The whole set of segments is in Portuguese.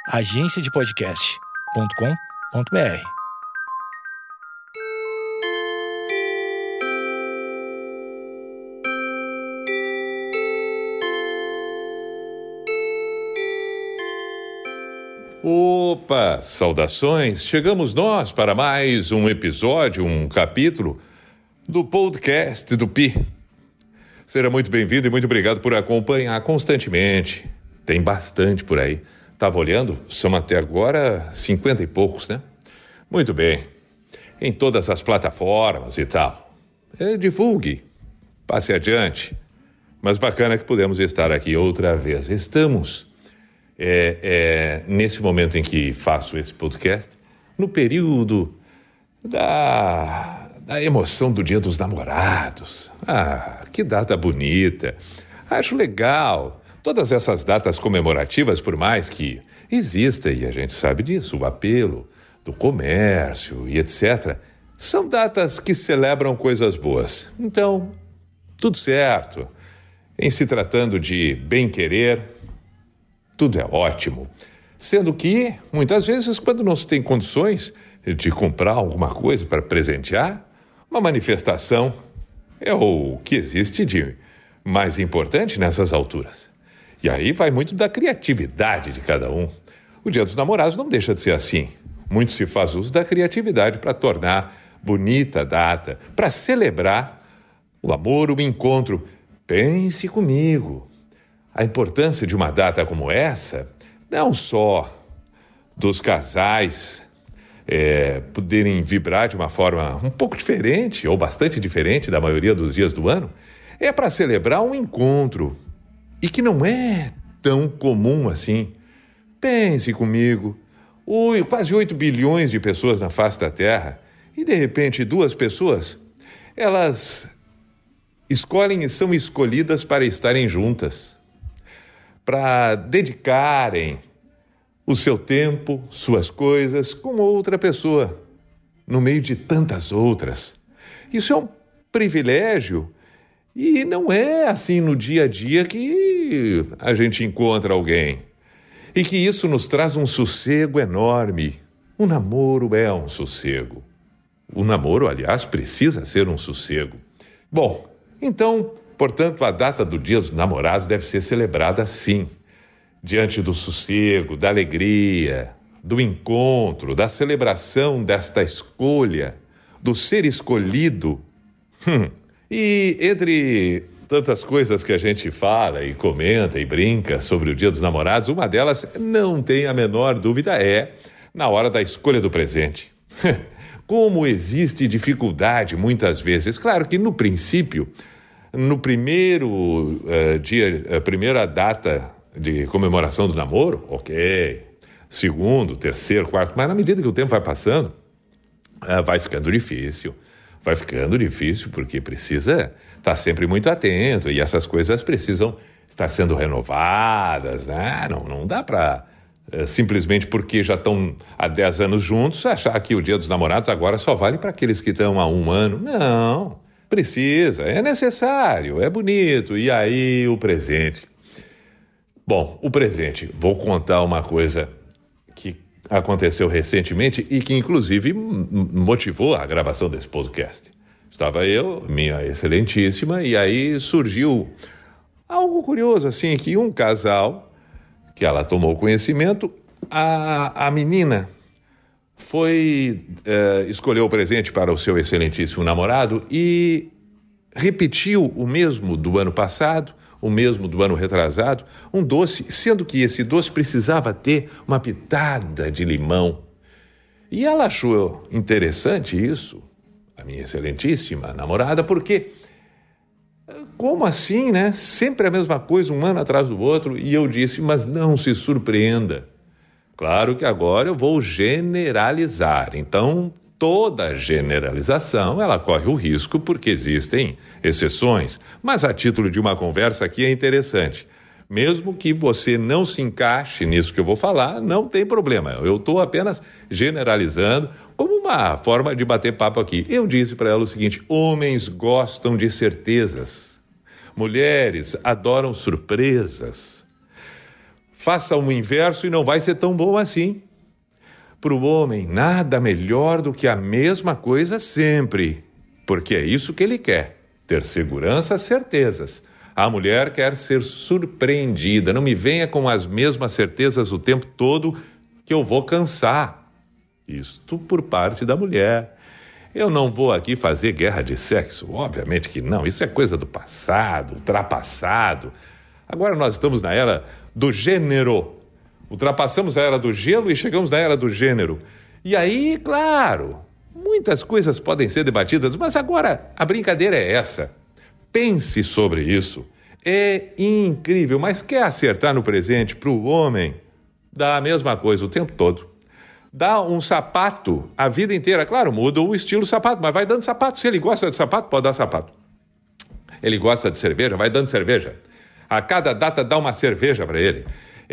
agenciadepodcast.com.br. Opa, saudações! Chegamos nós para mais um episódio, um capítulo do podcast do Pi. Seja muito bem-vindo e muito obrigado por acompanhar constantemente. Tem bastante por aí. Estava olhando, são até agora 50 e poucos, né? Muito bem. Em todas as plataformas e tal. Divulgue, passe adiante. Mas bacana que podemos estar aqui outra vez. Estamos, nesse momento em que faço esse podcast, no período da emoção do Dia dos Namorados. Ah, que data bonita. Acho legal. Todas essas datas comemorativas, por mais que exista, e a gente sabe disso, o apelo do comércio e etc., são datas que celebram coisas boas. Então, tudo certo. Em se tratando de bem-querer, tudo é ótimo. Sendo que, muitas vezes, quando não se tem condições de comprar alguma coisa para presentear, uma manifestação é o que existe de mais importante nessas alturas. E aí vai muito da criatividade de cada um. O Dia dos Namorados não deixa de ser assim. Muito se faz uso da criatividade para tornar bonita a data, para celebrar o amor, o encontro. Pense comigo. A importância de uma data como essa, não só dos casais poderem vibrar de uma forma um pouco diferente, ou bastante diferente da maioria dos dias do ano, é para celebrar um encontro. E que não é tão comum assim. Pense comigo, quase 8 bilhões de pessoas na face da Terra, e de repente 2 pessoas, elas escolhem e são escolhidas para estarem juntas, para dedicarem o seu tempo, suas coisas com outra pessoa, no meio de tantas outras. Isso é um privilégio. E não é assim no dia a dia que a gente encontra alguém. E que isso nos traz um sossego enorme. O namoro é um sossego. O namoro, aliás, precisa ser um sossego. Bom, então, portanto, a data do Dia dos Namorados deve ser celebrada assim. Diante do sossego, da alegria, do encontro, da celebração desta escolha, do ser escolhido. E entre tantas coisas que a gente fala e comenta e brinca sobre o Dia dos Namorados, uma delas, não tem a menor dúvida, é na hora da escolha do presente. Como existe dificuldade muitas vezes. Claro que no princípio, no primeiro primeira data de comemoração do namoro, ok. Segundo, terceiro, quarto, mas na medida que o tempo vai passando, vai ficando difícil. Vai ficando difícil porque precisa estar sempre muito atento e essas coisas precisam estar sendo renovadas, né? Não dá para, simplesmente porque já estão há 10 anos juntos, achar que o Dia dos Namorados agora só vale para aqueles que estão há 1 ano. Não, precisa, é necessário, é bonito. E aí o presente. Bom, o presente, vou contar uma coisa que aconteceu recentemente e que, inclusive, motivou a gravação desse podcast. Estava eu, minha excelentíssima, e aí surgiu algo curioso, assim, que um casal, que ela tomou conhecimento, a menina escolheu o presente para o seu excelentíssimo namorado e repetiu o mesmo do ano passado, o mesmo do ano retrasado, um doce, sendo que esse doce precisava ter uma pitada de limão. E ela achou interessante isso, a minha excelentíssima namorada, porque, como assim, né? Sempre a mesma coisa, um ano atrás do outro, e eu disse, mas não se surpreenda. Claro que agora eu vou generalizar, então toda generalização, ela corre o risco porque existem exceções. Mas a título de uma conversa aqui é interessante. Mesmo que você não se encaixe nisso que eu vou falar, não tem problema. Eu estou apenas generalizando como uma forma de bater papo aqui. Eu disse para ela o seguinte: homens gostam de certezas. Mulheres adoram surpresas. Faça o inverso e não vai ser tão bom assim. Para o homem, nada melhor do que a mesma coisa sempre, porque é isso que ele quer, ter segurança, certezas. A mulher quer ser surpreendida. Não me venha com as mesmas certezas o tempo todo que eu vou cansar. Isto por parte da mulher. Eu não vou aqui fazer guerra de sexo, obviamente que não. Isso é coisa do passado, ultrapassado. Agora nós estamos na era do gênero. Ultrapassamos a era do gelo e chegamos na era do gênero. E aí, claro, muitas coisas podem ser debatidas, mas agora a brincadeira é essa. Pense sobre isso. É incrível, mas quer acertar no presente para o homem? Dá a mesma coisa o tempo todo. Dá um sapato a vida inteira. Claro, muda o estilo do sapato, mas vai dando sapato. Se ele gosta de sapato, pode dar sapato. Ele gosta de cerveja, vai dando cerveja. A cada data dá uma cerveja para ele.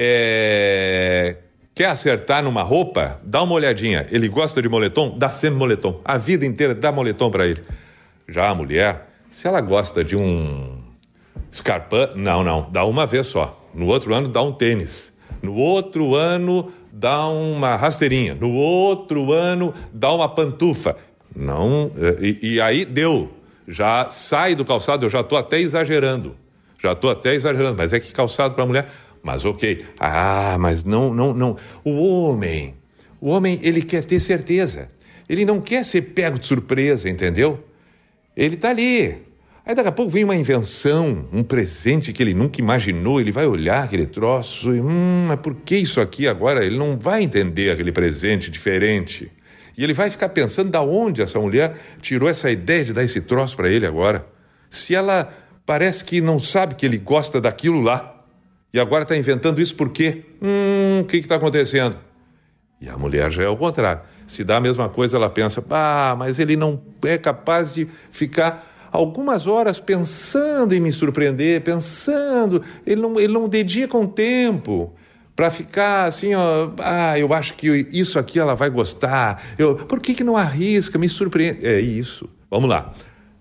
Quer acertar numa roupa? Dá uma olhadinha. Ele gosta de moletom? Dá sempre moletom. A vida inteira dá moletom para ele. Já a mulher, se ela gosta de um escarpão, não, dá uma vez só. No outro ano dá um tênis. No outro ano dá uma rasteirinha. No outro ano dá uma pantufa. Não, e aí deu. Já sai do calçado, eu já estou até exagerando. Mas é que calçado para mulher... Mas ok, mas não. O homem, ele quer ter certeza. Ele não quer ser pego de surpresa, entendeu? Ele tá ali. Aí daqui a pouco vem uma invenção, um presente que ele nunca imaginou, ele vai olhar aquele troço e, mas por que isso aqui agora? Ele não vai entender aquele presente diferente. E ele vai ficar pensando de onde essa mulher tirou essa ideia de dar esse troço para ele agora. Se ela parece que não sabe que ele gosta daquilo lá. E agora está inventando isso por quê? O que está acontecendo? E a mulher já é o contrário. Se dá a mesma coisa, ela pensa, mas ele não é capaz de ficar algumas horas pensando em me surpreender, ele não dedica um tempo para ficar assim, eu acho que isso aqui ela vai gostar, por que não arrisca, me surpreende? É isso, vamos lá.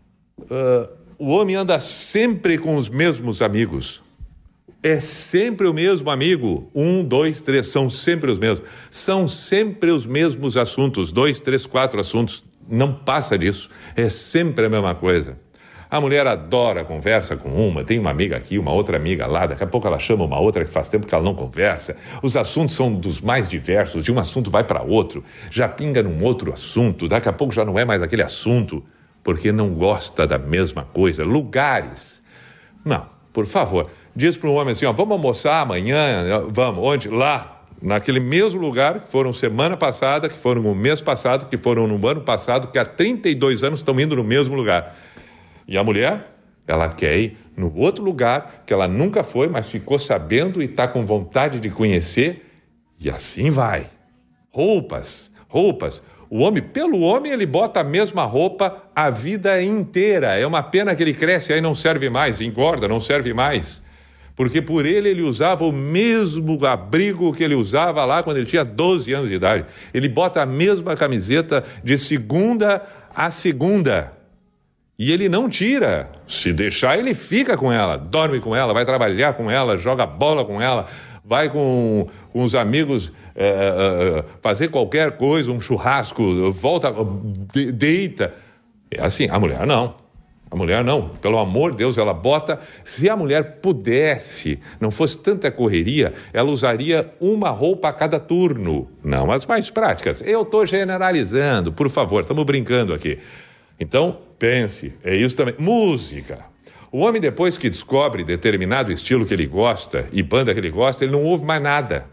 O homem anda sempre com os mesmos amigos. É sempre o mesmo amigo. 1, 2, 3, são sempre os mesmos. São sempre os mesmos assuntos. 2, 3, 4 assuntos. Não passa disso. É sempre a mesma coisa. A mulher adora conversa com uma, tem uma amiga aqui, uma outra amiga lá, daqui a pouco ela chama uma outra que faz tempo que ela não conversa. Os assuntos são dos mais diversos, de um assunto vai para outro, já pinga num outro assunto, daqui a pouco já não é mais aquele assunto, porque não gosta da mesma coisa. Lugares. Não, por favor. Diz para um homem assim, vamos almoçar amanhã, vamos, onde? Lá, naquele mesmo lugar que foram semana passada, que foram no mês passado, que foram no ano passado, que há 32 anos estão indo no mesmo lugar. E a mulher, ela quer ir no outro lugar, que ela nunca foi, mas ficou sabendo e está com vontade de conhecer, e assim vai. Roupas. Pelo homem, ele bota a mesma roupa a vida inteira. É uma pena que ele cresce, aí não serve mais, engorda, não serve mais. Porque por ele usava o mesmo abrigo que ele usava lá quando ele tinha 12 anos de idade. Ele bota a mesma camiseta de segunda a segunda. E ele não tira. Se deixar, ele fica com ela, dorme com ela, vai trabalhar com ela, joga bola com ela, vai com os amigos fazer qualquer coisa, um churrasco, volta, deita. É assim, a mulher não. Pelo amor de Deus, ela bota... Se a mulher pudesse, não fosse tanta correria, ela usaria uma roupa a cada turno. Não, as mais práticas. Eu estou generalizando, por favor, estamos brincando aqui. Então, pense, é isso também. Música. O homem, depois que descobre determinado estilo que ele gosta e banda que ele gosta, ele não ouve mais nada.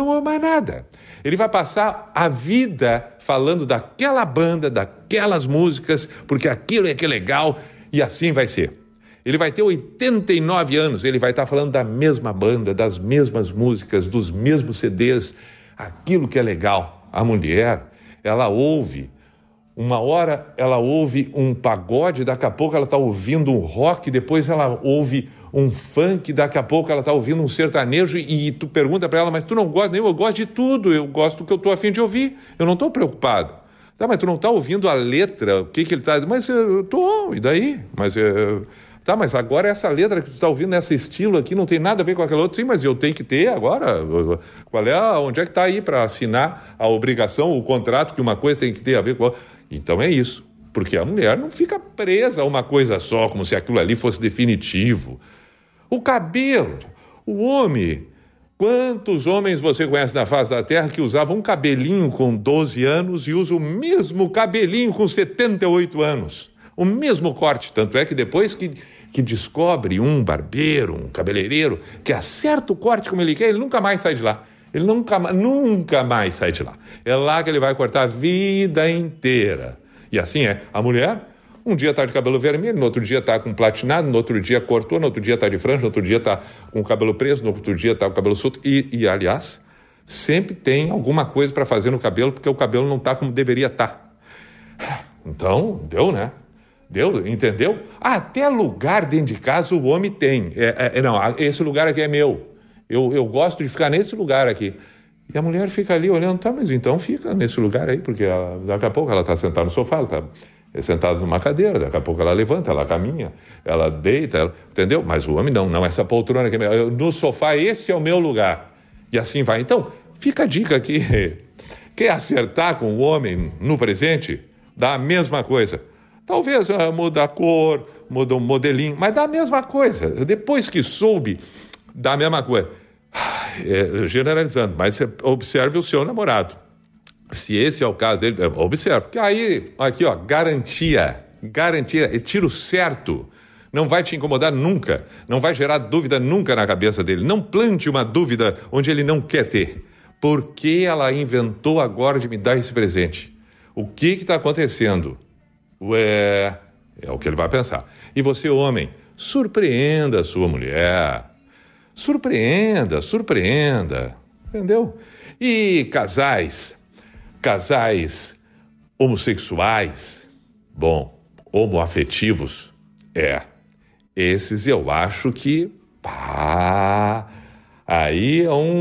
Ele vai passar a vida falando daquela banda, daquelas músicas, porque aquilo é que é legal... E assim vai ser. Ele vai ter 89 anos, ele vai estar falando da mesma banda, das mesmas músicas, dos mesmos CDs, aquilo que é legal. A mulher, ela ouve, uma hora ela ouve um pagode, daqui a pouco ela está ouvindo um rock, depois ela ouve um funk, daqui a pouco ela está ouvindo um sertanejo e tu pergunta para ela, mas tu não gosta nenhum? Eu gosto de tudo, eu gosto do que eu estou a fim de ouvir, eu não estou preocupado. Tá, mas tu não está ouvindo a letra, o que ele está dizendo? Mas eu estou, e daí? Mas Tá, mas agora essa letra que tu está ouvindo, nesse estilo aqui, não tem nada a ver com aquela outra. Sim, mas eu tenho que ter agora. Onde é que está aí para assinar a obrigação, o contrato que uma coisa tem que ter a ver com a outra? Então é isso. Porque a mulher não fica presa a uma coisa só, como se aquilo ali fosse definitivo. O cabelo, o homem. Quantos homens você conhece na face da Terra que usavam um cabelinho com 12 anos e usa o mesmo cabelinho com 78 anos? O mesmo corte. Tanto é que depois que descobre um barbeiro, um cabeleireiro, que acerta o corte como ele quer, ele nunca mais sai de lá. Ele nunca mais sai de lá. É lá que ele vai cortar a vida inteira. E assim é. A mulher, um dia está de cabelo vermelho, no outro dia está com platinado, no outro dia cortou, no outro dia está de franja, no outro dia está com o cabelo preso, no outro dia está com o cabelo solto. E, aliás, sempre tem alguma coisa para fazer no cabelo, porque o cabelo não está como deveria estar. Então, deu, né? Deu, entendeu? Até lugar dentro de casa o homem tem. Não, esse lugar aqui é meu. Eu gosto de ficar nesse lugar aqui. E a mulher fica ali olhando, tá, mas então fica nesse lugar aí, porque daqui a pouco ela está sentada no sofá, ela está sentada numa cadeira, daqui a pouco ela levanta, ela caminha, ela deita, entendeu? Mas o homem não, essa poltrona aqui é meu. No sofá, esse é o meu lugar. E assim vai. Então, fica a dica aqui. Quer acertar com o homem no presente? Dá a mesma coisa. Talvez muda a cor, muda um modelinho, mas dá a mesma coisa. Depois que soube, dá a mesma coisa. Generalizando, mas observe o seu namorado. Se esse é o caso dele, observe. Porque aí, aqui, ó, garantia, é tiro certo. Não vai te incomodar nunca, não vai gerar dúvida nunca na cabeça dele. Não plante uma dúvida onde ele não quer ter. Por que ela inventou agora de me dar esse presente? O que está acontecendo? É o que ele vai pensar. E você, homem, surpreenda a sua mulher. Surpreenda, entendeu? E casais homossexuais, homoafetivos, esses eu acho que, aí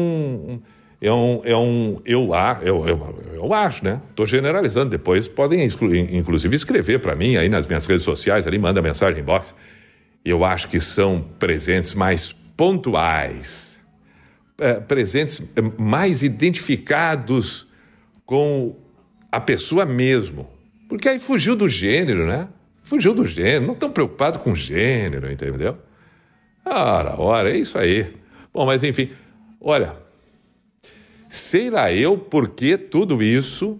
eu acho, né? Estou generalizando, depois podem inclusive escrever para mim aí nas minhas redes sociais, ali manda mensagem inbox. Eu acho que são presentes mais pontuais, presentes mais identificados com a pessoa mesmo. Porque aí fugiu do gênero, né? Não estão preocupados com gênero, entendeu? Ora, é isso aí. Bom, mas enfim, olha, sei lá eu por que tudo isso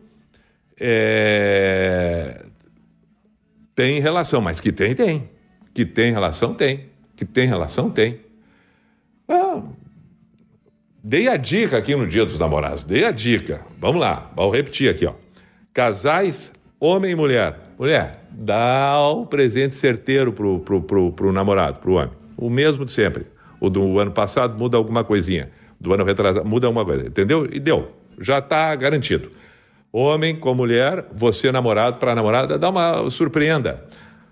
tem relação, mas que tem. Que tem relação, tem. Dei a dica aqui no Dia dos Namorados. Vamos lá, vamos repetir aqui, ó. Casais, homem e mulher. Mulher, dá o presente certeiro pro namorado, pro homem. O mesmo de sempre. O do ano passado muda alguma coisinha. Do ano retrasado muda alguma coisa. Entendeu? E deu. Já está garantido. Homem com mulher, você namorado para namorada, dá uma surpreenda.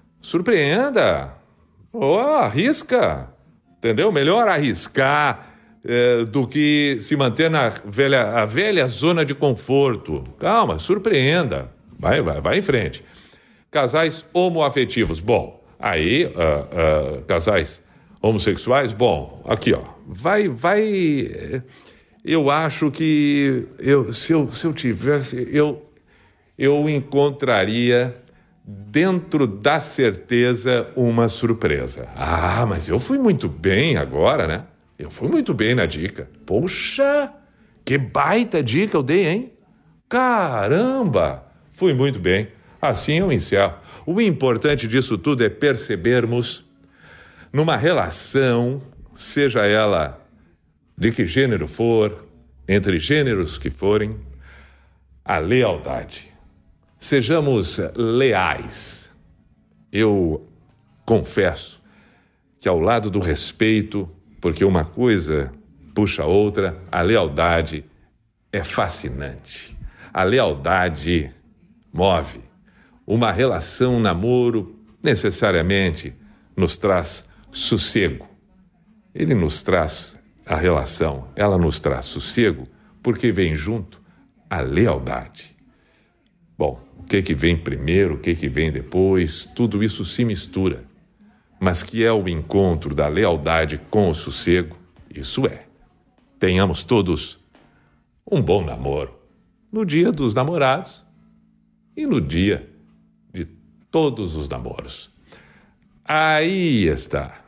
Arrisca. Entendeu? Melhor arriscar do que se manter na velha zona de conforto. Calma, surpreenda. Vai em frente. Casais homoafetivos. Bom, aí, casais homossexuais, bom, aqui, ó. Eu acho que se eu tivesse, eu encontraria dentro da certeza uma surpresa. Mas eu fui muito bem agora, né? Eu fui muito bem na dica. Poxa, que baita dica eu dei, hein? Caramba, fui muito bem. Assim eu encerro. O importante disso tudo é percebermos numa relação, seja ela de que gênero for, entre gêneros que forem, a lealdade. Sejamos leais. Eu confesso que ao lado do respeito, porque uma coisa puxa a outra, a lealdade é fascinante. A lealdade move. Uma relação, um namoro, necessariamente nos traz sossego. Ele nos traz a relação, ela nos traz sossego, porque vem junto a lealdade. Bom, o que vem primeiro, o que vem depois, tudo isso se mistura. mas que é o encontro da lealdade com o sossego, isso é. Tenhamos todos um bom namoro no dia dos namorados e no dia de todos os namoros. Aí está.